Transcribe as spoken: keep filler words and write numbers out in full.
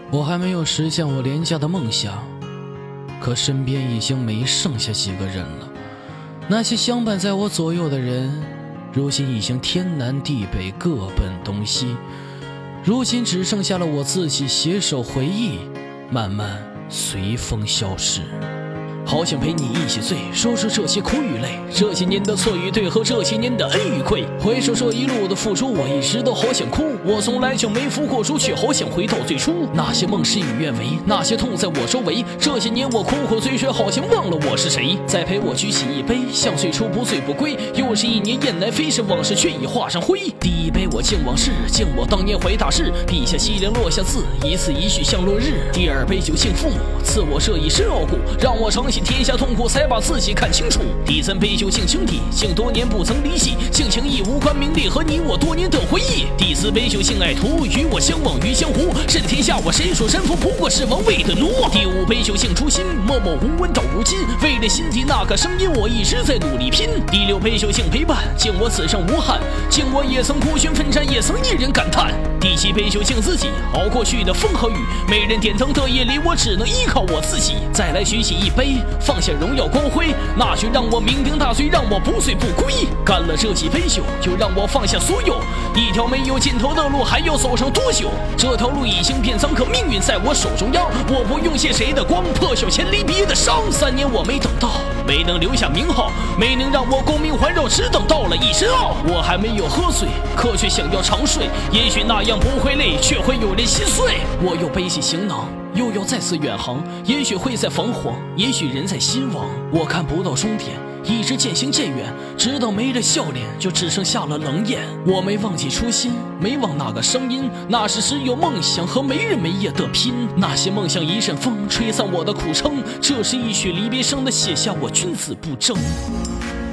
我还没有实现我廉价的梦想，可身边已经没剩下几个人了。那些相伴在我左右的人，如今已经天南地北，各奔东西。如今只剩下了我自己，携手回忆，慢慢随风消失。好想陪你一起醉，说出这些苦与累，这些年的错与对和这些年的恩与愧。回首这一路的付出，我一直都好想哭。我从来就没服过输，却好想回到最初。那些梦事与愿违，那些痛在我周围。这些年我苦苦追随，好像忘了我是谁。再陪我举起一杯，像最初不醉不归。又是一年雁南飞逝，往事却已化上灰。第一杯我敬往事，敬我当年怀大志，笔下凄凉落下字，一字一句像落日。第二杯酒敬父母，赐我这一身傲骨，让我尝尽天下痛苦，才把自己看清楚。第三杯酒敬兄弟，敬多年不曾离弃，敬情义无关名利和你我多年的回忆。第四杯酒敬爱徒，与我相忘于江湖，这天下我谁说山峰不过是王位的奴。第五杯酒敬初心，默默无闻到如今，为了心底那个声音，我一直在努力拼。第六杯酒敬陪伴，敬我此生无憾，敬我也曾孤军奋战，也曾一人感叹。第七杯酒敬自己，熬过去的风和雨，没人点灯的夜里，我只能依靠我自己。再来举起一杯，放下荣耀光辉，那就让我酩酊大醉，让我不醉不归。干了这几杯酒，就让我放下所有，一条没有尽头的路，还要走上多久？这条路已经变脏，可命运在我手中央，我不用谢谁的光，破晓前离别的伤。三年我没等到，没能留下名号，没能让我功名环绕，只等到了一身傲。我还没有喝醉，可却想要长睡，也许那样不会累，却会有人心碎。我又背起行囊，又要再次远航，也许会在彷徨，也许人在心亡。我看不到终点，一直渐行渐远，直到没了笑脸，就只剩下了冷眼。我没忘记初心，没忘那个声音，那是只有梦想和没日没夜的拼。那些梦想一阵风，吹散我的苦撑，这是一曲离别声的写下我君子不争。